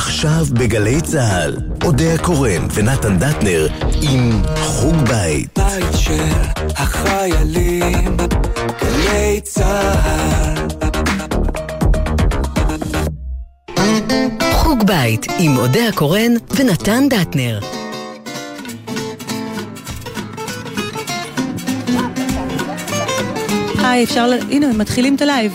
עכשיו בגלי צהל, אודיה קורן ונתן דטנר עם חוג בית. בית של החיילים, גלי צהל. חוג בית עם אודיה קורן ונתן דטנר. היי, אפשר הנה, מתחילים את הלייב.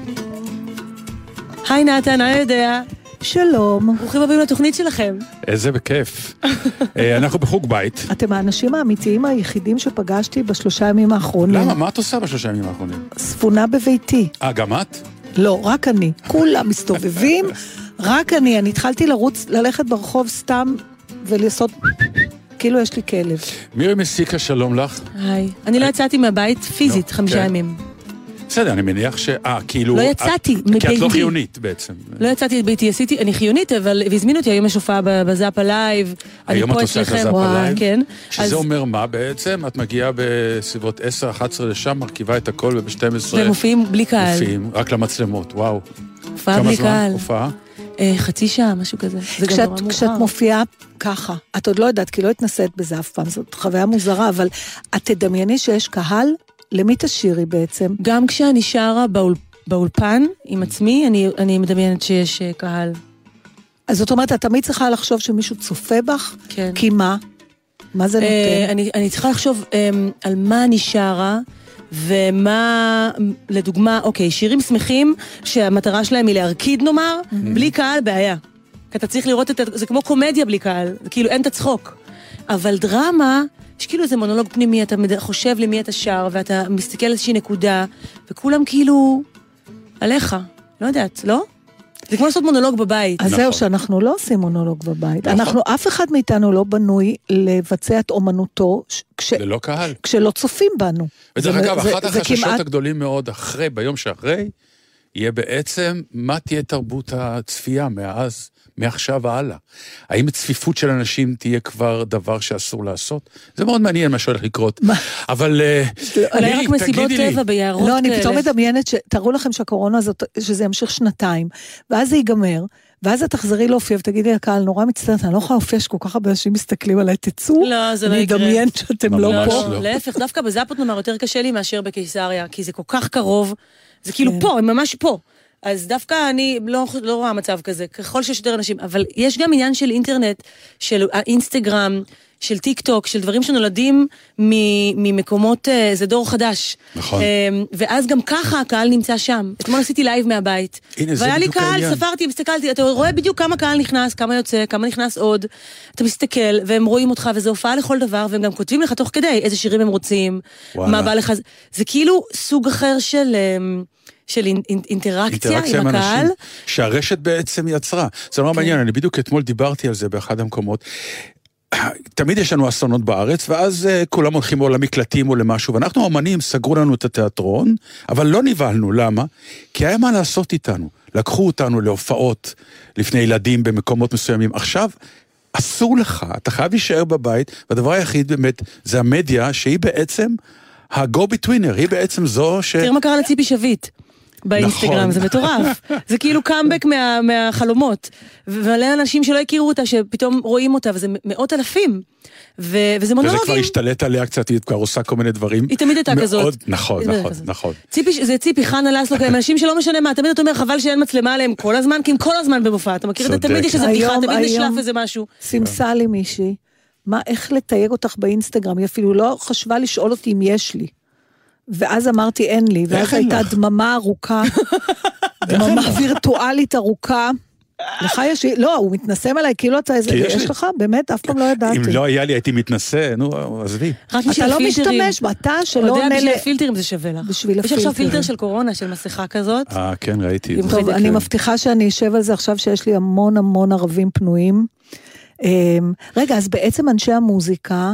היי נתן, היי יודע. שלום. ברוכים הבאים לתוכנית שלכם. איזה בכיף. אנחנו בחוג בית. אתם האנשים האמיתיים היחידים שפגשתי בשלושה ימים האחרונים. למה? מה את עושה בשלושה ימים האחרונים? ספונה בביתי. גם את? לא, רק אני. כולם מסתובבים, רק אני. אני התחלתי ללכת ברחוב סתם ולעשות... כאילו יש לי כלב. מירי מסיקה, שלום לך. היי. אני לא יצאתי מהבית פיזית 5 ימים. בסדר, אני מניח כאילו... לא יצאתי כי את לא חיונית בעצם. לא יצאתי לביתי, אני חיונית, אבל והזמינו אותי, היום יש הופעה בזאפ הלייב. היום את עושה את הזאפ הלייב? כן. שזה אומר מה בעצם? את מגיעה בסביבות 10-11 לשם, מרכיבה את הכל וב-12... ומופיעים בלי קהל. מופיעים, רק למצלמות, וואו. הופעה בלי קהל. כמה זמן הופעה? חצי שעה, משהו כזה. כשאת מופיעה ככה, את עוד לא יודעת, כי לא התנסית בזה אף פעם, זאת חוויה מוזרה, אבל את תדמייני שיש קהל, למי תשירי בעצם? גם כשאני שרה באולפן עם עצמי, אני מדמיינת שיש קהל. אז זאת אומרת, את תמיד צריכה לחשוב שמישהו צופה בך? כן. כי מה? מה זה נותן? אני צריכה לחשוב על מה אני שרה, ומה, לדוגמה, אוקיי, שירים שמחים שהמטרה שלהם היא להרקיד נאמר, בלי קהל בעיה. כי אתה צריך לראות זה כמו קומדיה בלי קהל, זה כאילו אין את הצחוק. אבל דרמה, יש כאילו איזה מונולוג פנימי, אתה חושב למי אתה שר, ואתה מסתכל על איזושהי נקודה, וכולם כאילו עליך, לא יודעת, לא? זה כמו לעשות מונולוג בבית. אז זהו שאנחנו לא עושים מונולוג בבית. אף אחד מאיתנו לא בנוי לבצע את אומנותו, ללא קהל. כשלא צופים בנו. ודרך אגב, אחת החששות הגדולים מאוד ביום שאחרי, יהיה בעצם מה תהיה תרבות הצפייה מעכשיו והלאה. האם הצפיפות של אנשים תהיה כבר דבר שאסור לעשות? זה מאוד מעניין מה שהולך לקרות. אבל אולי רק מסיבות טבע ביערות כאלה. לא, אני פתאום מדמיינת תראו לכם שהקורונה הזאת, שזה ימשיך 2, ואז זה ייגמר, ואז את תחזרי להופיע ותגידי לקהל, נורא מצטערת, אני לא יכולה להופיע שכל כך הרבה אנשים מסתכלים עליי, תצאו. לא, זה לא יקרה. אני מדמיין שאתם לא פה. להפך, דווקא בזאפות נאמר יותר קשה לי מאשר בקיסריה, כי זה כל כך קרוב, זה כאילו פה, הם ממש פה. אז דווקא אני לא רואה מצב כזה, ככל שיש יותר אנשים, אבל יש גם עניין של אינטרנט, של האינסטגרם, של טיק טוק, של דברים שנולדים ממקומות, זה דור חדש. נכון. ואז גם ככה הקהל נמצא שם. אתמול עשיתי לייב מהבית. והיה לי קהל, ספרתי, מסתכלתי, אתה רואה בדיוק כמה קהל נכנס, כמה יוצא, כמה נכנס עוד. אתה מסתכל, והם רואים אותך, וזה הופעה לכל דבר, והם גם כותבים לך תוך כדי איזה שירים הם רוצים, מה בא לך. זה כאילו סוג אחר של אינטראקציה עם הקהל. שהרשת בעצם יצרה. זה לא מעניין, אני בדיוק אתמול דיברתי על זה באחד המקומות. תמיד יש לנו אסונות בארץ, ואז כולם הולכים או למקלטים או למשהו, ואנחנו האמנים סגרו לנו את התיאטרון, אבל לא נבהלנו, למה? כי היה מה לעשות איתנו. לקחו אותנו להופעות לפני ילדים במקומות מסוימים. עכשיו, אסור לך, אתה חייב להישאר בבית, והדבר היחיד באמת זה המדיה, שהיא בעצם ה-go-betweener, היא בעצם זו תראה מה קרה לציפי שביט. באינסטגרם, זה מטורף. זה כאילו קאמבק מהחלומות. ומלא אנשים שלא הכירו אותה, שפתאום רואים אותה, וזה 100,000. וזה מונולוגים. וזה כבר השתלט עליה קצת, היא כבר עושה כל מיני דברים. היא תמיד הייתה כזאת. נכון. זה ציפי, חנה לסלו, הם אנשים שלא משנה מה, תמיד אתה אומר, חבל שאין מצלמה עליהם כל הזמן, כי הם כל הזמן במופע. אתה מכיר את זה, תמיד יש איזה בדיחה, תמיד נשלף איזה משהו. סימסה לי מישהי, איך לתייג אותך באינסטגרם? היא אפילו לא חשבה לשאול אותי אם יש לי. ואז אמרתי אין לי, ואז הייתה דממה ארוכה, דממה וירטואלית ארוכה, לך יש, לא, הוא מתנסם עליי, כאילו אתה איזה, יש לך, באמת, אף פעם לא ידעתי. אם לא היה לי, הייתי מתנסה, נו, עזבי. אתה לא משתמש בה, אתה שלא עונה בשביל הפילטרים זה שווה לך. יש עכשיו פילטר של קורונה, של מסכה כזאת. כן, ראיתי. טוב, אני מבטיחה שאני אשב על זה עכשיו, שיש לי המון ערבים פנויים. רגע, אז בעצם אנשי המוזיקה,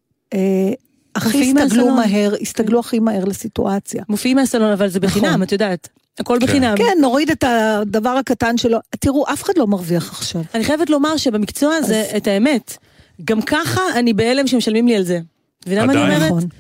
הסתגלו הכי מהר לסיטואציה. מופיעים מהסלון, אבל זה בחינם, את יודעת. הכל בחינם. כן, נוריד את הדבר הקטן שלו. תראו, אף אחד לא מרוויח עכשיו. אני חייבת לומר שבמקצוע הזה, את האמת, גם ככה אני בהלם שמשלמים לי על זה. ולמה אני אומרת?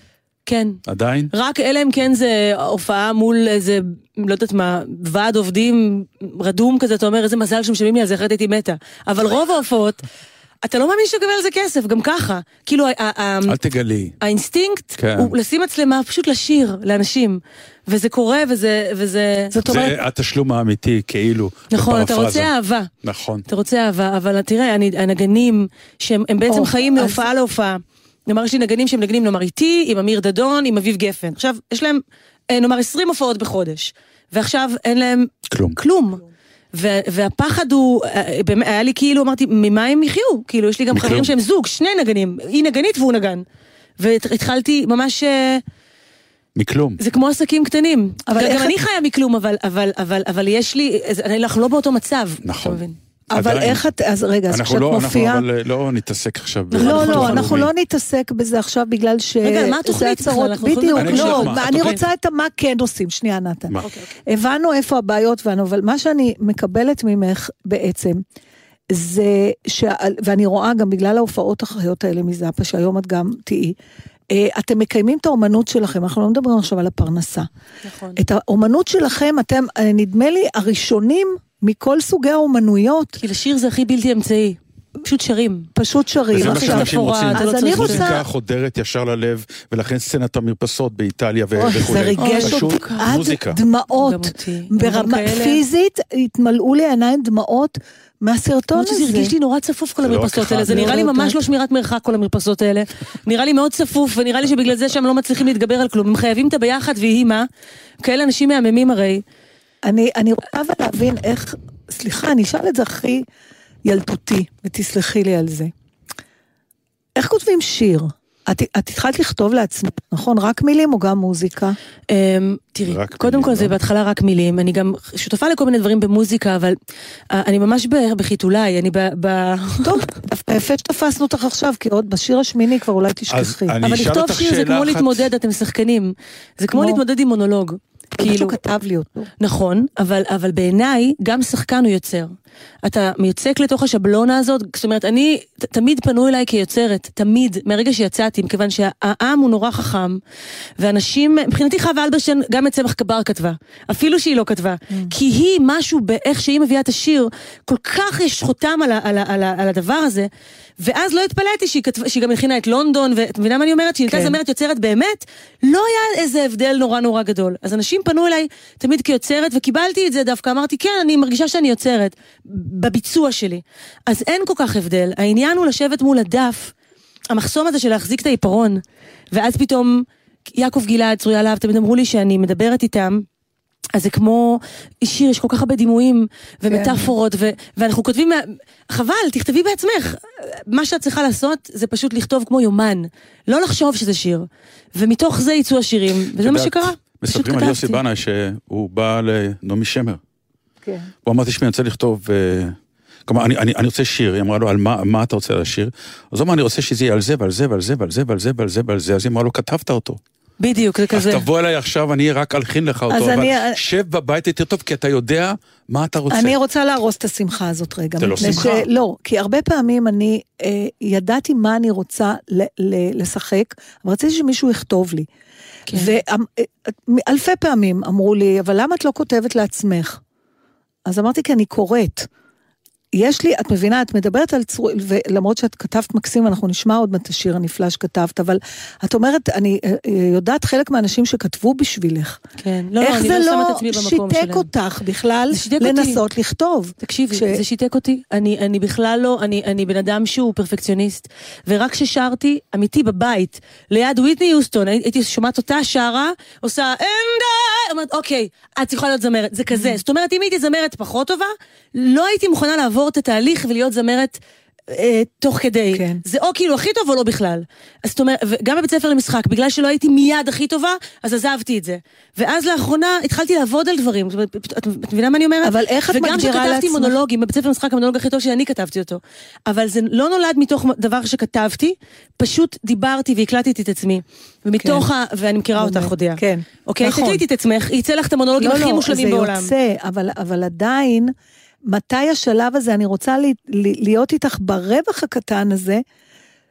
כן. עדיין? רק אלה אם כן זה הופעה מול איזה, לא יודעת מה, ועד עובדים רדום כזה, אתה אומר, איזה מזל שמשלמים לי על זה, אחרת הייתי מתה. אבל רוב ההופעות, אתה לא מאמין שקבל על זה כסף, גם ככה. כאילו, אל תגלי. האינסטינקט הוא לשים מצלמה, פשוט לשיר לאנשים. וזה קורה, וזה... זה התשלום האמיתי, כאילו. נכון, אתה רוצה אהבה. נכון. אתה רוצה אהבה, אבל תראה, הנגנים, שהם בעצם חיים מהופעה להופעה. נאמר, יש לי נגנים שהם נגנים, נאמר, איתי, עם אמיר דדון, עם אביב גפן. עכשיו, יש להם, נאמר, 20 הופעות בחודש. ועכשיו אין להם כלום. והפחד הוא, היה לי כאילו, אמרתי, ממה הם יחיו? כאילו, יש לי גם חברים שהם זוג, שני נגנים, היא נגנית והוא נגן. והתחלתי ממש... מכלום. זה כמו עסקים קטנים. גם אני חיה מכלום, אבל יש לי, אנחנו לא באותו מצב. נכון. אבל איך את, אז רגע, אז כשאת מופיעה... אנחנו לא נתעסק עכשיו. לא, אנחנו לא נתעסק בזה עכשיו בגלל ש... רגע, מה התוכנית? בדיוק, לא, אני רוצה את מה כן עושים, שנייה נתן. הבנו איפה הבעיות, אבל מה שאני מקבלת ממך בעצם, זה, ואני רואה גם בגלל ההופעות החיות האלה מזאפה, שהיום את גם תהיי, אתם מקיימים את האומנות שלכם, אנחנו לא מדברים עכשיו על הפרנסה. נכון. את האומנות שלכם, אתם, נדמה לי, הראשונים מכל סוגי האומנויות. כי לשיר זה הכי בלתי אמצעי. פשוט שרים. פשוט שרים. וזה מה שאנשים רוצים. אז אני רוצה... מוזיקה חודרת ישר ללב, ולכן סצנת המרפסות באיטליה וכו'. זה ריגש אותי עד דמעות. ברמה פיזית, התמלאו לי העיניים דמעות מהסרטון הזה. זה הרגיש לי נורא צפוף כל המרפסות האלה. זה נראה לי ממש לא שמירת מרחק כל המרפסות האלה. נראה לי מאוד צפוף, ונראה לי שבגלל זה שהם לא מצליחים להתגבר על כלום. הם חייבים את הביחד, והיא מה? כאלה אנשים מהממים הרי. אני רוצה להבין איך, סליחה, אני אשאל את זה הכי ילדותי, ותסלחי לי על זה. איך כותבים שיר? את התחלת לכתוב לעצמך, נכון? רק מילים או גם מוזיקה? תראי, קודם כל זה בהתחלה רק מילים, אני גם שותפה לכל מיני דברים במוזיקה, אבל אני ממש בחיתולי, אני טוב, יפה שתפסנו אותך עכשיו, כי עוד בשיר השמיני כבר אולי תשכחי. אבל לכתוב שיר זה כמו להתמודד, אתם שחקנים, זה כמו להתמודד עם מונולוג. כאילו כתב לי אותו. נכון, אבל בעיניי גם שחקן הוא יוצר. אתה מיוצק לתוך השבלונה הזאת, זאת אומרת, אני תמיד פנו אליי כיוצרת, תמיד, מהרגע שיצאתי, מכיוון שהעם הוא נורא חכם, ואנשים, מבחינתי חווה אלברשטיין, גם את צמח קבר כתבה, אפילו שהיא לא כתבה, כי היא משהו באיך שהיא מביאה את השיר, כל כך יש חותם על הדבר הזה, ואז לא התפלאתי שהיא גם הכינה את לונדון, ואת מבינה מה אני אומרת? שהיא נתנה זמרת יוצרת באמת, לא היה איזה הבדל נורא נורא גדול. אז אנשים פנו אליי תמיד כיוצרת, וקיבלתי את זה דווקא, אמרתי, כן, אני מרגישה שאני יוצרת, בביצוע שלי. אז אין כל כך הבדל. העניין הוא לשבת מול הדף, המחסום הזה של להחזיק את העיפרון, ואז פתאום, יעקב גלעד, צרויה להב, תמיד אמרו לי שאני מדברת איתם, אז זה כמו שיר, יש כל כך הרבה דימויים ומטאפורות, ואנחנו כותבים, חבל, תכתבי בעצמך. מה שאת צריכה לעשות זה פשוט לכתוב כמו יומן, לא לחשוב שזה שיר. ומתוך זה יצאו השירים, וזה מה שקרה. מספרים על יוסי בנאי שהוא בא לנעמי שמר. הוא אמר, תשמעי, אני רוצה לכתוב, כלומר, אני רוצה שיר, היא אמרה לו, על מה אתה רוצה לשיר? אז הוא אמר, אני רוצה שזה יהיה על זה ועל זה ועל זה ועל זה ועל זה ועל זה ועל זה, אז היא אמרה לו, כתבת אותו. בדיוק, זה כזה. אז תבוא אליי עכשיו, אני רק אלחין לך אותו, אבל שב בבית יותר טוב, כי אתה יודע מה אתה רוצה. אני רוצה להרוס את השמחה הזאת רגע. זה לא שמחה? לא, כי הרבה פעמים אני ידעתי מה אני רוצה לשחק, אבל רציתי שמישהו יכתוב לי. ואלפי פעמים אמרו לי, אבל למה את לא כותבת לעצמך? אז אמרתי, כי אני קוראת. יש לי, את מבינה, את מדברת על צרוי, ולמרות שאת כתבת מקסים, אנחנו נשמע עוד את השיר הנפלא שכתבת, אבל את אומרת, אני יודעת חלק מהאנשים שכתבו בשבילך. כן, לא, אני לא שמה את עצמי במקום שלהם. איך זה לא שיתק אותך בכלל לנסות לכתוב? תקשיבי, זה שיתק אותי. אני בכלל לא, אני בן אדם שהוא פרפקציוניסט, ורק ששרתי, אמיתי בבית, ליד וויטני יוסטון, הייתי שומעת אותה שרה, עושה, אומרת, אוקיי, את יכולה להיות זמרת, זה כזה. זאת אומרת, אם הייתי זמרת פחות טובה, לא הייתי מוכנה לעבור את התהליך ולהיות זמרת תוך כדי. כן. זה או כאילו הכי טוב או לא בכלל. אז זאת אומרת, גם בבית ספר למשחק, בגלל שלא הייתי מיד הכי טובה, אז עזבתי את זה. ואז לאחרונה התחלתי לעבוד על דברים. את מבינה מה אני אומרת? אבל איך את מגדירה לעצמך? וגם שכתבתי מונולוגים, בבית ספר למשחק המונולוג הכי טוב שאני כתבתי אותו. אבל זה לא נולד מתוך דבר שכתבתי, פשוט דיברתי והקלטתי את עצמי. ומתוך ואני מכירה אותך הודיה. כן. אוקיי, תקליטי את עצמך, יצא לך את המונולוגים הכי מושלמים בעולם. זה יוצא, אבל עדיין מתי השלב הזה, אני רוצה להיות איתך ברווח הקטן הזה,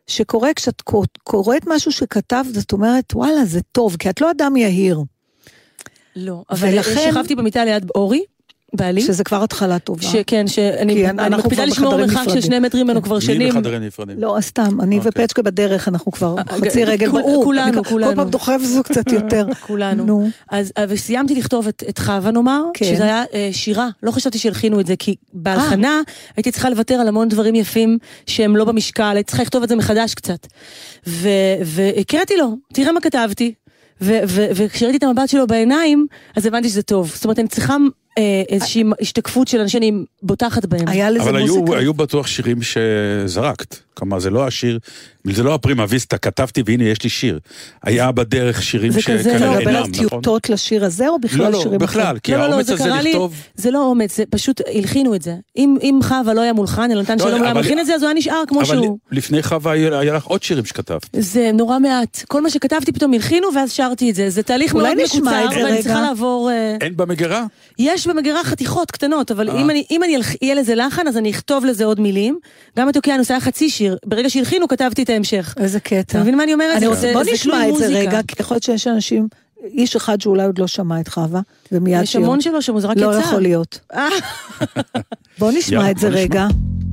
שקורה כשאת קוראת משהו שכתב, זאת אומרת, וואלה, זה טוב, כי את לא אדם יהיר. לא, אבל שכבתי במיטה ליד אורי, בעלי. שזה כבר התחלה טובה. כן, שאני מקפידה לשמור מרחק של 2 מטרים ממנו כבר שנים. מי בחדרים נפרדים? לא, סתם, אני ופצ'קה בדרך, אנחנו כבר חצי רגל. כולנו. כל פעם דוחף זו קצת יותר. כולנו. אז וסיימתי לכתוב את חווה נאמר, שזה היה שירה, לא חשבתי שהלחינו את זה, כי בהלחנה הייתי צריכה לוותר על המון דברים יפים שהם לא במשקל, הייתי צריכה לכתוב את זה מחדש קצת. והקראתי לו, תראה מה כתבתי, וכשראיתי את המבט שלו בעיניים, אז הבנתי שזה טוב. זאת אומרת, אני צריכה איזושהי השתקפות של אנשים שאני בוטחת בהם. אבל היו בטוח שירים שזרקת. כלומר, זה לא השיר, זה לא הפרימה ויסטה, כתבתי והנה יש לי שיר. היה בדרך שירים שכאלה אינם, נכון? טיוטות לשיר הזה או בכלל שירים? לא, בכלל, כי האומץ הזה לכתוב... זה לא אומץ, זה פשוט הלחינו את זה. אם חווה לא היה מולחן, אלא נתן שלום היה מלחין את זה, אז הוא היה נשאר כמו שהוא. אבל לפני חווה היה לך עוד שירים שכתבת. זה נורא מעט. כל מה שכתבתי פתאום הלחינו ואז שרתי את זה. זה תהליך מאוד מקוצר, ואני צריכה לעבור... אין במגירה? יש במגירה חתיכות קטנות, אבל אם אני יהיה לזה לחן, אז אני אכתוב לזה עוד מילים. גם את אוקיינוס היה חצי שיר. ברגע שהלחינו, כתבתי את ההמשך. איזה קטע. אתה מבין מה אני אומרת? בוא נשמע את זה רגע, כי יכול להיות שיש אנשים, איש אחד שאולי עוד לא שמע את חווה, ומיד יש המון שלו שמוזרק יצא. לא יכול להיות. בוא נשמע את זה רגע.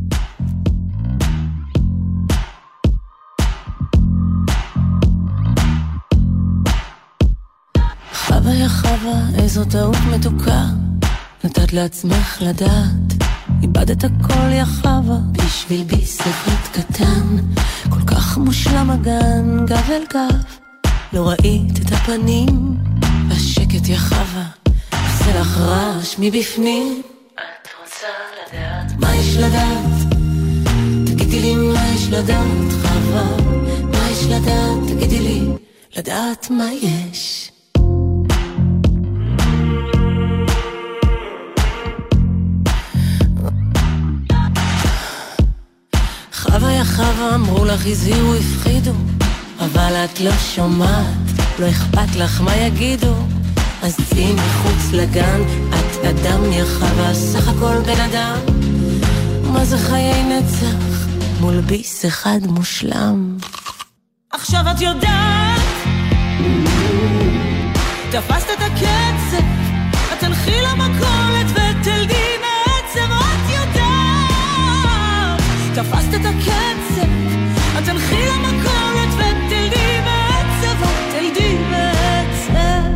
חווה יא חווה, איזו טעות מתוקה, נתת לעצמך לדעת, איבדת הכל יא חווה, בשביל ביסקוויט קטן, כל כך מושלם הגן, גב אל גב, לא ראית את הפנים, והשקט יא חווה, עושה לך רעש מבפנים. את רוצה לדעת מה יש לדעת? תגידי לי מה יש לדעת חווה, מה יש לדעת? תגידי לי לדעת מה יש. חווה יא חווה, אמרו לך, הזהירו, הפחידו, אבל את לא שומעת, לא אכפת לך מה יגידו, אז צאי מחוץ לגן, את אדם יא חווה, סך הכל בן אדם, מה זה חיי נצח, מול ביס אחד מושלם. עכשיו את יודעת, תפסת את הקצב, את תלכי למכולת ותלדי מעצב, את יודעת, תפסת את הקצב, את תלכי למכולת ותלדי מעצב, את תלדי מעצב.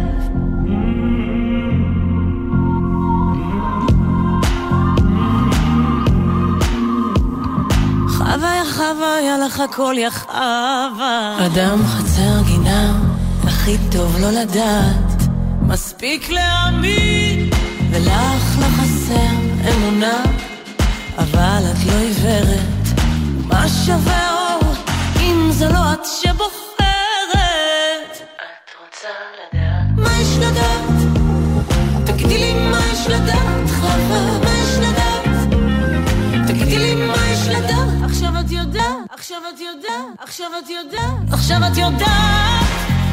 חווה יא חווה, יא לך הכל יא חווה, אדם חצר גינה, הכי טוב לא לדעת, מספיק להאמין, ולך לא חסר אמונה, אבל את לא עיוורת, מה שווה אור, אם זה לא את שבוחרת. את רוצה לדעת מה יש לדעת? תגידי לי מה יש לדעת חווה, מה יש לדעת? תגידי לי מה יש לדעת? עכשיו את יודעת, עכשיו את יודעת, עכשיו את יודעת, עכשיו את יודעת,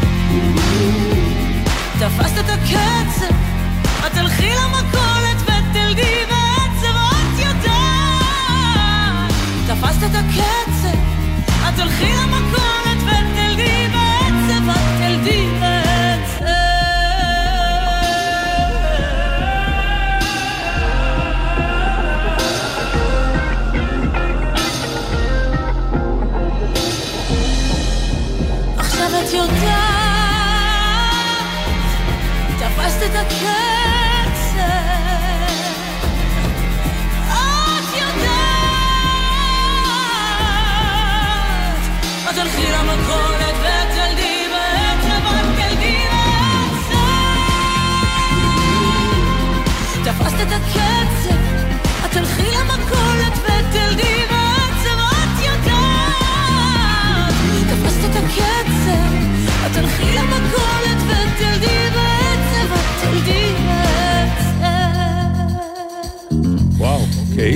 תפסת את הקצב, את תלכי למכולת ותלדי בעצב, את יודעת, תפסת את הקצב, את תלכי למכולת ותלדי בעצב, את תלדי בעצב. עכשיו את יודעת, תפסת את הקצב, את יודעת, את תלכי למכולת ותלדי בעצב, את תלדי בעצב. תפסת את הקצב, את תלכי למכולת ותלדי בעצב, את יודעת, תפסת את הקצב, את תלכי למכולת ותלדי בעצב, את תלדי בעצב. וואו, אוקיי.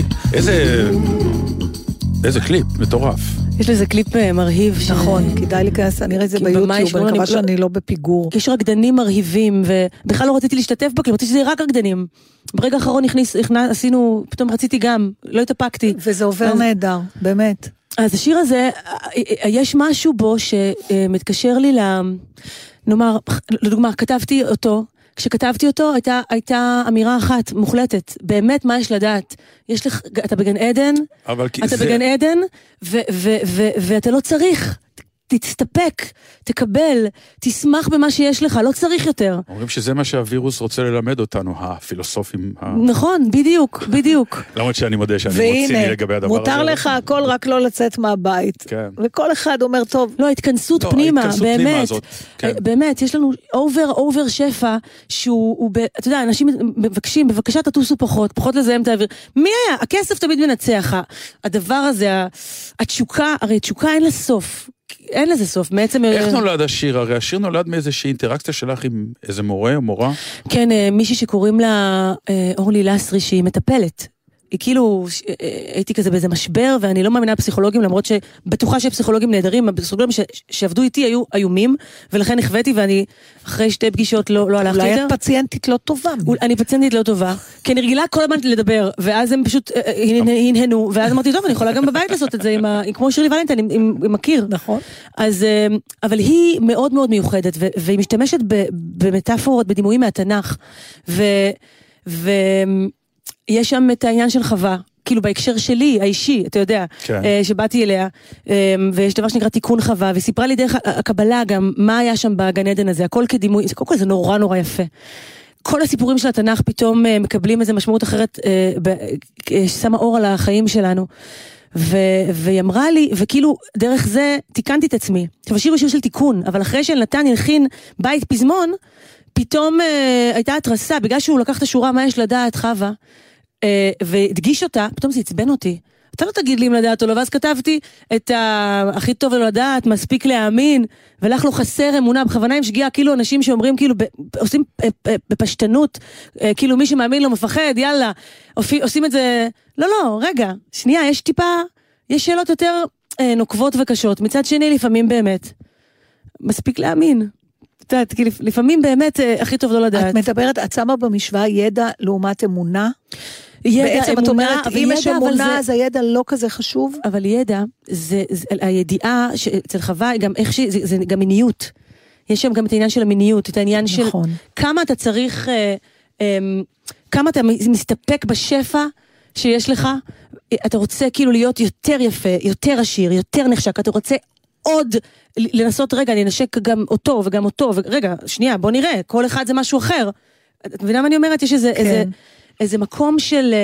איזה קליפ, מטורף. יש לזה קליפ מרהיב. נכון, כדאי להיכנס, אני אראה את זה ביוטיוב, אני מקווה שאני לא בפיגור. יש רקדנים מרהיבים, ובכלל לא רציתי להשתתף בקליפ, רציתי שזה יהיה רק רקדנים. ברגע האחרון עשינו, פתאום רציתי גם, לא התאפקתי. וזה עובר נהדר, באמת. אז השיר הזה, יש משהו בו שמתקשר לי נאמר, לדוגמה, כתבתי אותו, כשכתבתי אותו הייתה אמירה אחת מוחלטת, באמת מה יש לדעת? יש לך, אתה בגן עדן, אתה בגן עדן, ואתה לא צריך, תסתפק, תקבל, תשמח במה שיש לך, לא צריך יותר. אומרים שזה מה שהווירוס רוצה ללמד אותנו, הפילוסופים. נכון, בדיוק, בדיוק. למרות שאני מודה שאני מוציא לגבי הדבר הזה. מותר לך הכל רק לא לצאת מהבית. כן. וכל אחד אומר, טוב. לא, התכנסות פנימה, באמת. באמת, יש לנו אובר שפע, שהוא, אתה יודע, אנשים מבקשים, בבקשה תטוסו פחות לזהם את האוויר. מי היה? הכסף תמיד מנצח. הדבר הזה, התשוקה, הרי תשוקה אין לסוף. אין לזה סוף, בעצם... איך נולד השיר? הרי השיר נולד מאיזושהי אינטראקציה שלך עם איזה מורה או מורה? כן, מישהי שקוראים לה אורלי לסרי, שהיא מטפלת. היא כאילו, הייתי כזה באיזה משבר, ואני לא מאמינה בפסיכולוגים, למרות שבטוחה שהפסיכולוגים נהדרים, הפסיכולוגים שעבדו איתי היו איומים, ולכן נכוויתי, ואני אחרי 2 פגישות לא הלכתי יותר. אולי את פציינטית לא טובה. אני פציינטית לא טובה, כי אני רגילה כל הזמן לדבר, ואז הם פשוט הנהנו, ואז אמרתי, טוב, אני יכולה גם בבית לעשות את זה, כמו שירלי ולנטין, עם הקיר. נכון. אז, אבל היא מאוד מאוד מיוחדת, והיא משתמשת במטאפורות, בדימויים מהתנ"ך, יש שם את העניין של חווה, כאילו בהקשר שלי, האישי, אתה יודע, שבאתי אליה, ויש דבר שנקרא תיקון חווה, וסיפרה לי דרך הקבלה גם, מה היה שם בגן עדן הזה, הכל כדימוי, קודם כל זה נורא נורא יפה. כל הסיפורים של התנ"ך פתאום מקבלים איזו משמעות אחרת, שמה אור על החיים שלנו, והיא אמרה לי, וכאילו דרך זה תיקנתי את עצמי. עכשיו השיר הוא שיר של תיקון, אבל אחרי שנתן ילחין בית פזמון, פתאום הייתה התרסה, בגלל שהוא לקח את השורה, מה יש לדעת חווה, והדגיש אותה, פתאום זה עצבן אותי. אתה לא תגיד לי אם לדעת או לא, ואז כתבתי את הכי טוב לא לדעת, מספיק להאמין, ולך לא חסר אמונה, בכוונה עם שגיאה, כאילו אנשים שאומרים, כאילו, עושים בפשטנות, כאילו מי שמאמין לא מפחד, יאללה, עושים את זה, לא, רגע, שנייה, יש טיפה, יש שאלות יותר נוקבות וקשות, מצד שני לפעמים באמת, מספיק להאמין. את יודעת, כי לפעמים באמת הכי טוב לא לדעת. את מדברת, את שמה במשוואה ידע לעומת אמונה? בעצם את אומרת, אם יש אמונה, אז הידע לא כזה חשוב? אבל ידע, הידיעה אצל חווה, זה גם מיניות. יש שם גם את העניין של המיניות, את העניין של כמה אתה צריך, כמה אתה מסתפק בשפע שיש לך, אתה רוצה כאילו להיות יותר יפה, יותר עשיר, יותר נחשק, אתה רוצה עוד לנסות, רגע, אני אנשק גם אותו וגם אותו, ורגע, שנייה, בוא נראה, כל אחד זה משהו אחר. את מבינה מה אני אומרת? יש איזה מקום של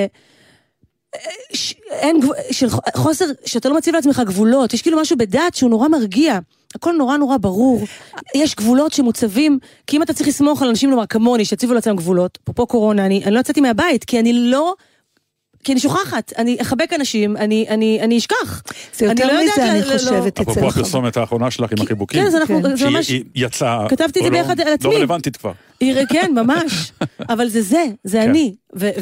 חוסר, שאתה לא מציב לעצמך גבולות, יש כאילו משהו בדעת שהוא נורא מרגיע, הכל נורא נורא ברור, יש גבולות שמוצבים, כי אם אתה צריך לסמוך על אנשים נאמר כמוני, שציבו לעצמם גבולות, פה קורונה, אני לא יצאתי מהבית, כי אני שוכחת, אני אחבק אנשים, אני אשכח. זה יותר מזה, אני חושבת אפרופו הפרסומת האחרונה שלך עם החיבוקים, כן, זה ממש, שהיא יצאה, כתבתי את זה ביחד על עצמי. לא רלוונטית כבר. כן, ממש, אבל זה אני,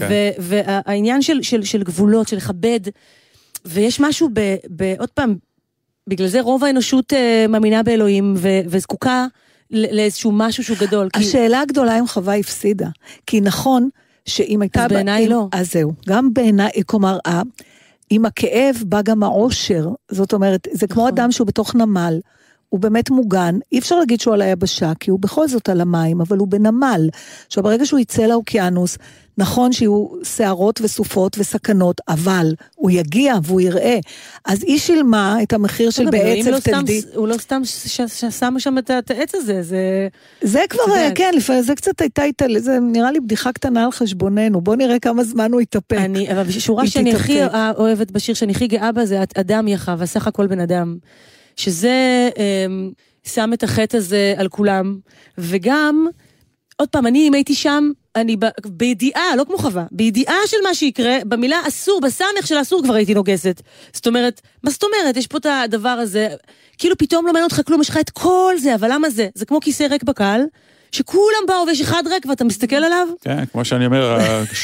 והעניין של גבולות, של לכבד, ויש משהו עוד פעם, בגלל זה רוב האנושות מאמינה באלוהים, וזקוקה לאיזשהו משהו שהוא גדול. השאלה הגדולה אם חווה הפסידה, כי נכון, שאם הייתה... אז בעיניי לא. אז זהו, גם בעיניי, כלומר, עם הכאב בא גם העושר, זאת אומרת, זה כמו אדם שהוא בתוך נמל, הוא באמת מוגן, אי אפשר להגיד שהוא על היבשה, כי הוא בכל זאת על המים, אבל הוא בנמל. עכשיו, ברגע שהוא יצא לאוקיינוס, נכון שיהיו שערות וסופות וסכנות, אבל הוא יגיע והוא יראה. אז היא שילמה את המחיר של בעצב תלדי. הוא לא סתם שם שם את העץ הזה, זה כבר, כן, לפעמים זה קצת הייתה, זה נראה לי בדיחה קטנה על חשבוננו, בוא נראה כמה זמן הוא יתאפק. אבל שורה שאני הכי אוהבת בשיר, שאני הכי גאה בה, זה אדם יחד, וסך הכל בן אדם. שזה שם את החטא הזה על כולם, וגם, עוד פעם, אם הייתי שם, אני בידיעה, לא כמו חווה, בידיעה של מה שיקרה, במילה אסור, בסמך של אסור כבר הייתי נוגסת. זאת אומרת, מה זאת אומרת? יש פה את הדבר הזה, כאילו פתאום לא מעניין אותך כלום, יש לך את כל זה, אבל למה זה? זה כמו כיסא ריק בקהל, שכולם באו ויש אחד ריק ואתה מסתכל עליו? כן, כמו שאני אומר,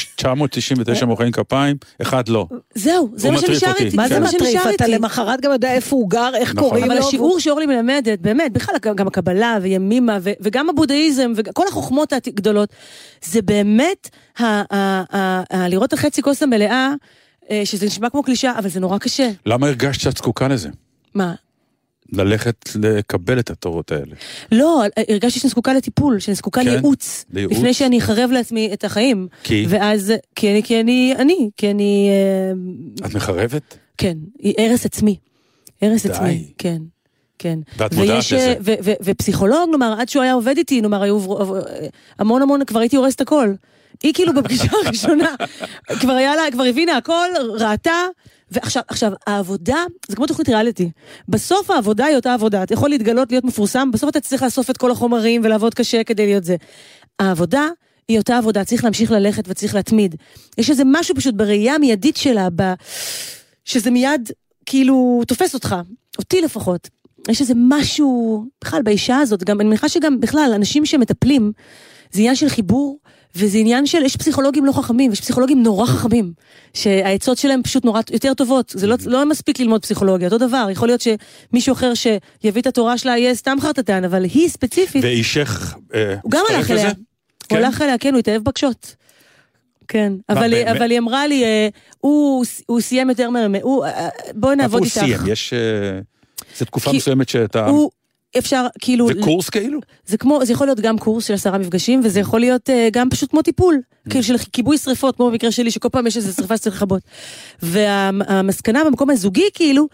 999 מוחאים כפיים, אחד לא. זהו, זה מה שנשאר איתי. מה זה מטריף? אתה למחרת גם יודע איפה הוא גר, איך קוראים לו. אבל השיעור שאורלי מלמדת, באמת, בכלל גם הקבלה וימימה, וגם הבודהיזם, וכל החוכמות הגדולות, זה באמת, לראות החצי כוס המלאה, שזה נשמע כמו קלישה, אבל זה נורא קשה. למה הרגשת שאת זקוקה לזה? מה? ללכת לקבל את התורות האלה. לא, הרגשתי שאני זקוקה לטיפול, שאני זקוקה לייעוץ. לפני שאני אחרב לעצמי את החיים. כי? ואז, כי אני... את מחרבת? כן, הרס עצמי. הרס עצמי, כן. כן. ואת מודעת לזה. ופסיכולוג, נאמר, עד שהוא היה עובד איתי, נאמר, היו המון, כבר הייתי הורסת הכל. היא כאילו בפגישה הראשונה, כבר הבינה הכל, ראתה, ועכשיו, העבודה, זה כמו תוכנית ריאליטי. בסוף העבודה היא אותה עבודה. אתה יכול להתגלות, להיות מפורסם, בסוף אתה צריך לאסוף את כל החומרים ולעבוד קשה כדי להיות זה. העבודה היא אותה עבודה, צריך להמשיך ללכת וצריך להתמיד. יש איזה משהו פשוט בראייה המיידית שלה, שזה מיד כאילו תופס אותך, אותי לפחות. יש איזה משהו, בכלל באישה הזאת, גם, אני מניחה שגם בכלל, אנשים שמטפלים, זה עניין של חיבור, וזה עניין של, יש פסיכולוגים לא חכמים, יש פסיכולוגים נורא חכמים, שהעצות שלהם פשוט נורא יותר טובות, זה לא מספיק ללמוד פסיכולוגיה, אותו דבר, יכול להיות שמישהו אחר שיביא את התורה שלה, יהיה סתם חרטטן, אבל היא ספציפית. ואישך, הוא גם הלך אליה, הוא הלך אליה, כן, הוא התאהב בקשות. כן, אבל היא אמרה לי, הוא סיים יותר בואי נעבוד איתך. הוא סיים, יש, זו תקופה מסוימת שאתה... אפשר, כאילו... זה קורס כאילו? זה יכול להיות גם קורס של 10 מפגשים, וזה יכול להיות גם פשוט כמו טיפול, כאילו של כיבוי שריפות, כמו במקרה שלי, שכל פעם יש איזו שריפה שצריך לכבות. והמסקנה במקום הזוגי, כאילו,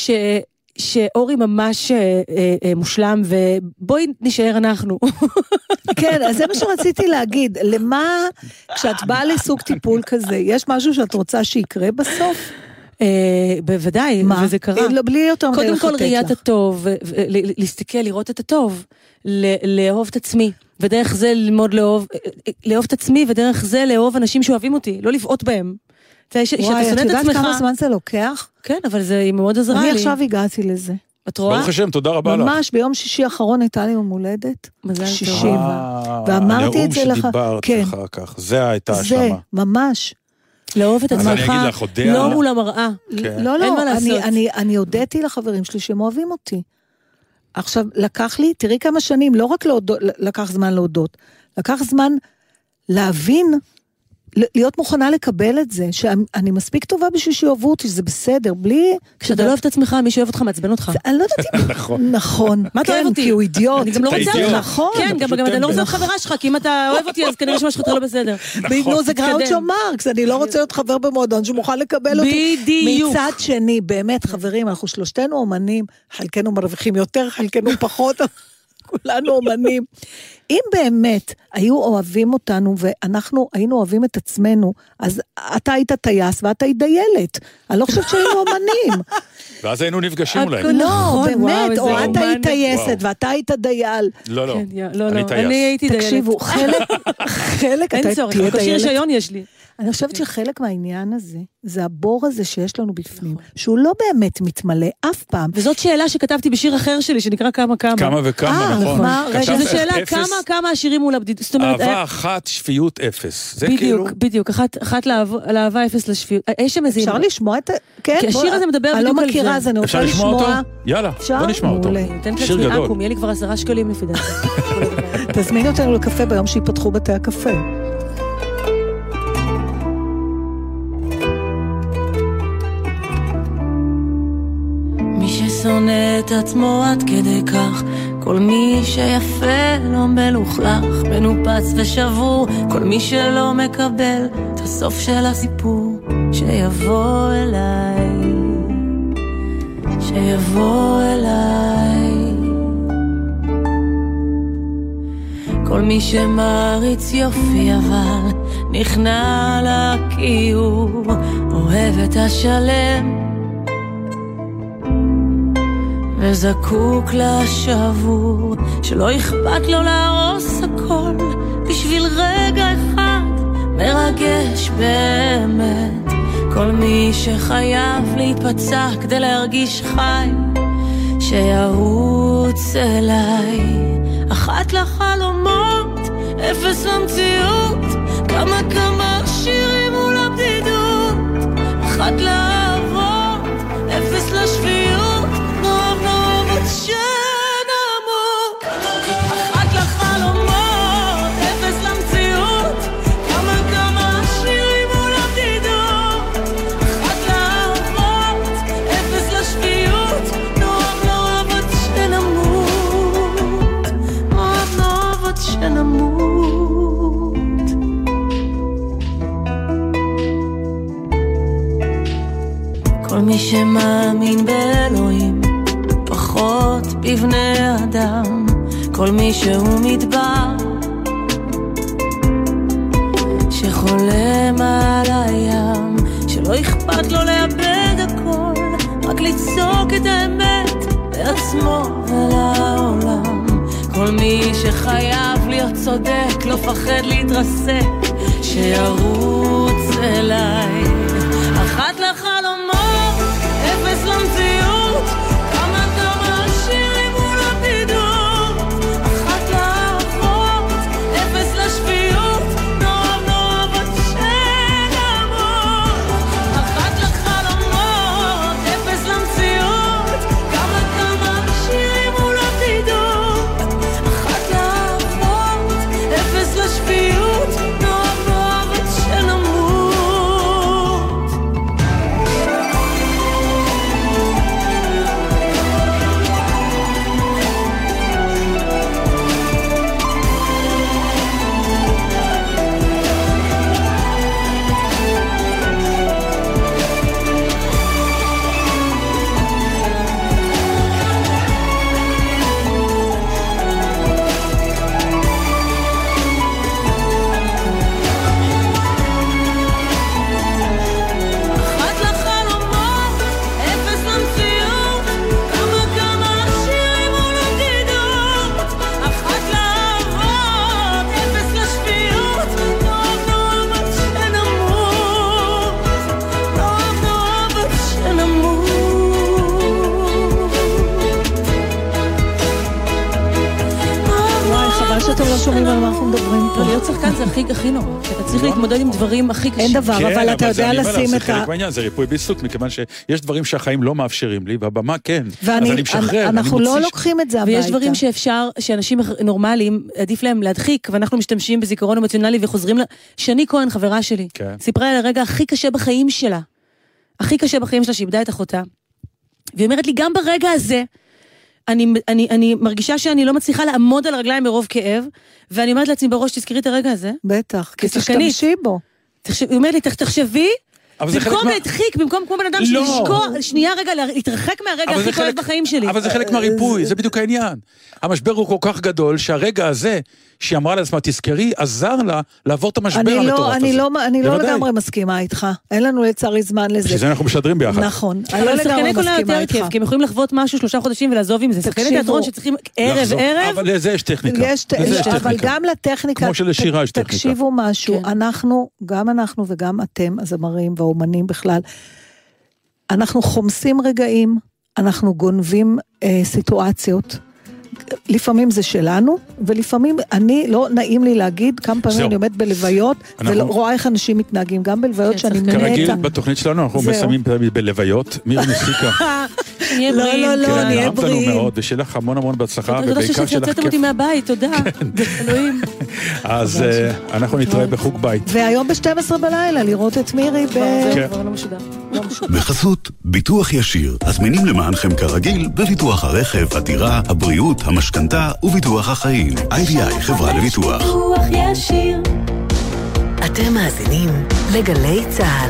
שאורי ממש מושלם, ובואי נשאר אנחנו. כן, אז זה מה שרציתי להגיד. למה, כשאת באה לסוג טיפול כזה, יש משהו שאת רוצה שיקרה בסוף? בוודאי, וזה קרה. בלי יותר מדי קודם כל ראיית הטוב, להסתכל, לראות את הטוב, לאהוב את עצמי, ודרך זה ללמוד לאהוב את עצמי, ודרך זה לאהוב אנשים שאוהבים אותי, לא לבעוט בהם. וואי, את יודעת כמה זמן זה לוקח? כן, אבל זה מאוד עזרה לי. אני עכשיו הגעתי לזה. את רואה? ברוך השם, תודה רבה לך. ממש ביום שישי האחרון הייתה לי יום הולדת. מזל 60. ואמרתי את זה לך. הנאום שדיברת אחר כך, זה הייתה השלמה. זה, ממש. לאהוב את עצמך, לא מול המראה. לא, אני הודיתי לחברים שלי שהם אוהבים אותי. עכשיו, לקח לי, תראי כמה שנים, לא רק לקח זמן להודות, לקח זמן להבין, להיות מוכנה לקבל את זה, שאני מספיק טובה בשביל שאוהבו אותי, שזה בסדר, בלי... כשאתה לא אוהב את עצמך, מי שאוהב אותך מעצבן אותך. אני לא יודעת אם... נכון. מה אתה אוהב אותי? כי הוא אידיוט. אני גם לא רוצה אותך. נכון. כן, גם אתה לא רוצה להיות חברה שלך, כי אם אתה אוהב אותי, אז כנראה שמשהו לא בסדר. נו, זה גראוצ'ו מרקס, אני לא רוצה להיות חבר במועדון שמוכן לקבל אותי. בדיוק. מצד שני, באמת, חברים, אנחנו שלושתנו אומנים, חלקנו מרוויחים יותר, חלקנו פחות, כולנו אומנים. אם באמת היו אוהבים אותנו, ואנחנו היינו אוהבים את עצמנו, אז אתה היית טייס, ואתה היית דיילת. אני לא חושבת שהיינו אומנים. ואז היינו נפגשים אולי. לא, באמת, או אתה היית טייסת, ואתה היית דייל. לא, אני הייתי דיילת. תקשיבו, חלק, אין צורך, בקושי רישיון יש לי. אני חושבת שחלק מהעניין הזה, זה הבור הזה שיש לנו בפנים, שהוא לא באמת מתמלא אף פעם. וזאת שאלה שכתבתי בשיר אחר שלי, שנקרא כמה. כמה וכמה, נכון. זו שאלה, כמה השירים מול הבדידות. אהבה אחת, שפיות אפס. זה כאילו... בדיוק, אחת לאהבה אפס לשפיות. אפשר לשמוע את... כן, כי השיר הזה מדבר בדיוק על זה. אני לא מכירה, אז אני רוצה לשמוע... אפשר לשמוע אותו? יאללה, בוא נשמע אותו. שיר גדול. יהיה לי כבר 10 שקלים לפי דעתי. תזמין אותנו לקפה ביום שיפתחו בתי הקפה. שונא את עצמו עד כדי כך, כל מי שיפה לא מלוכלך, מנופץ ושבור, כל מי שלא מקבל את הסוף של הסיפור, שיבוא אליי, שיבוא אליי. כל מי שמריץ יופי אבל נכנע לכיור, אוהב את השלם וזקוק לשבור, שלא אכפת לו להרוס הכל בשביל רגע אחד מרגש באמת. כל מי שחייב להיפצע כדי להרגיש חי, שירוץ אליי. אחת לחלומות, אפס למציאות, כמה שירים מול הבדידות. אחת לאהבות, אפס לשפיות, שנמוק. אחת לחלומות, אפס למציאות, כמה שירים מול הבדידות. אחת שמאמין באלוהים, פחות בבני אדם, כל מי שהוא מדבר, שחולם על הים, שלא אכפת לו לאבד הכל, רק לצעוק את האמת לעצמו ולעולם. כל מי שחייב להיות צודק, לא פחד להתרסק, שירוץ אליי. אחת לחלומות, אפס למציאות, כמה שירים מול הפדידות. אחת לאחות, אפס לשפיות, נועב עד שנמות. אחת לחלומות, אפס למציאות, כמה שירים מול הפדידות. אחת לאחות, אפס לשפיות, נועב עד שנמות. שאתם לא שומעים על מה אנחנו מדברים פה. להיות שחקן זה הכי נורא. אתה צריך להתמודד עם דברים הכי קשים. אין דבר, אבל אתה יודע לשים את זה חלק מהעניין, זה ריפוי בעיסוק, מכיוון שיש דברים שהחיים לא מאפשרים לי, והבמה כן. אז אני משחרר. אנחנו לא לוקחים את זה הביתה. ויש דברים שאפשר, שאנשים נורמליים, עדיף להם להדחיק, ואנחנו משתמשים בזיכרון אמוציונלי וחוזרים שני כהן, חברה שלי, סיפרה על הרגע הכי קשה בחיים שלה. הכי קשה בחיים שלה, שאיבדה את אחותה. והיא אומרת לי, גם ברגע הזה, אני מרגישה שאני לא מצליחה לעמוד על הרגליים מרוב כאב, ואני אומרת לעצמי בראש, תזכרי את הרגע הזה. בטח, כי תשתמשי בו. היא אומרת לי, תחשבי, במקום להדחיק, במקום כמו בן אדם לשקוע, שנייה רגע, להתרחק מהרגע הכי כואב בחיים שלי. אבל זה חלק מהריפוי, זה בדיוק העניין. המשבר הוא כל כך גדול, שהרגע הזה, שהיא אמרה לעצמה, תזכרי, עזר לה לעבור את המשבר המטורף הזה. אני לא לגמרי מסכימה איתך. אין לנו לצערי זמן לזה. שזה אנחנו משדרים ביחד. נכון. אני לא לגמרי מסכימה איתך. כי הם יכולים לחוות משהו 3 חודשים ולעזוב עם זה. שחקני תיאטרון שצריכים ערב. אבל לזה יש טכניקה. אבל גם לטכניקה, כמו שלשירה יש טכניקה. תקשיבו משהו, גם אנחנו וגם אתם, הזמרים והאומנים בכלל, אנחנו חומסים רגעים, אנחנו גונבים סיטואציות, לפעמים זה שלנו, ולפעמים לא נעים לי להגיד, כמה פעמים אני עומד בלוויות, ורואה איך אנשים מתנהגים, גם בלוויות שאני מנהלת. כרגיל, בתוכנית שלנו אנחנו מסיימים בלוויות, מירי נסיקה. לא, נהיה בריאים. מאוד, ושיהיה לך המון בהצלחה, תודה שיוצאתם אותי מהבית, תודה. אלוהים. אז אנחנו נתראה בחוג בית. והיום ב-12 בלילה, לראות את מירי בחסות ביטוח ישיר, הזמינים למענכם כרגיל בביטוח הרכב, הדירה, הבריאות, המשכנתה וביטוח החיים. IDI, חברה לביטוח. ביטוח ישיר. אתם מאזינים לגלי צהל.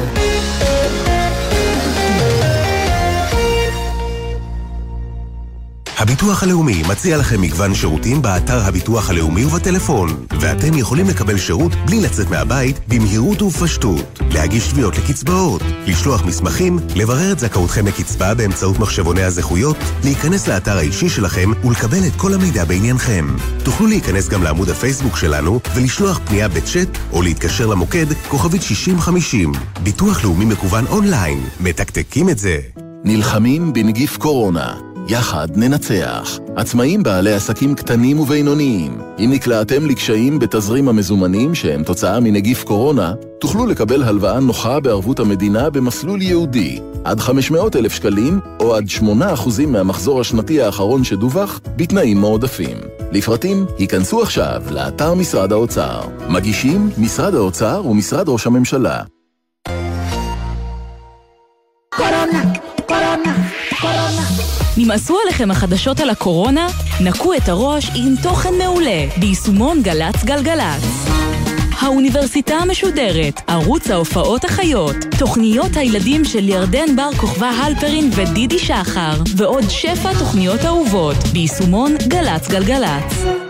הביטוח הלאומי מציע לכם מגוון שירותים באתר הביטוח הלאומי ובטלפון, ואתם יכולים לקבל שירות בלי לצאת מהבית במהירות ובפשטות, להגיש תביעות לקצבאות, לשלוח מסמכים, לברר את זכאותכם לקצבה באמצעות מחשבוני הזכויות, להיכנס לאתר האישי שלכם ולקבל את כל המידע בעניינכם. תוכלו להיכנס גם לעמוד הפייסבוק שלנו ולשלוח פנייה בצ'אט או להתקשר למוקד כוכבית 6050. ביטוח לאומי מקוון אונליין, מתקתקים את זה. נלחמים בנגיף קורונה. יחד ננצח. עצמאים בעלי עסקים קטנים ובינוניים. אם נקלעתם לקשיים בתזרים המזומנים שהם תוצאה מנגיף קורונה, תוכלו לקבל הלוואה נוחה בערבות המדינה במסלול ייעודי. עד 500,000 שקלים או עד 8% מהמחזור השנתי האחרון שדווח בתנאים מועדפים. לפרטים, היכנסו עכשיו לאתר משרד האוצר. מגישים משרד האוצר ומשרד ראש הממשלה. קורונה. נמאסו עליכם החדשות על הקורונה? נקו את הראש עם תוכן מעולה ביישומון גלץ גלגלץ. האוניברסיטה המשודרת, ערוץ ההופעות החיות, תוכניות הילדים של ירדן בר כוכבא הלפרין ודידי שחר, ועוד שפע תוכניות אהובות, ביישומון גלץ גלגלץ.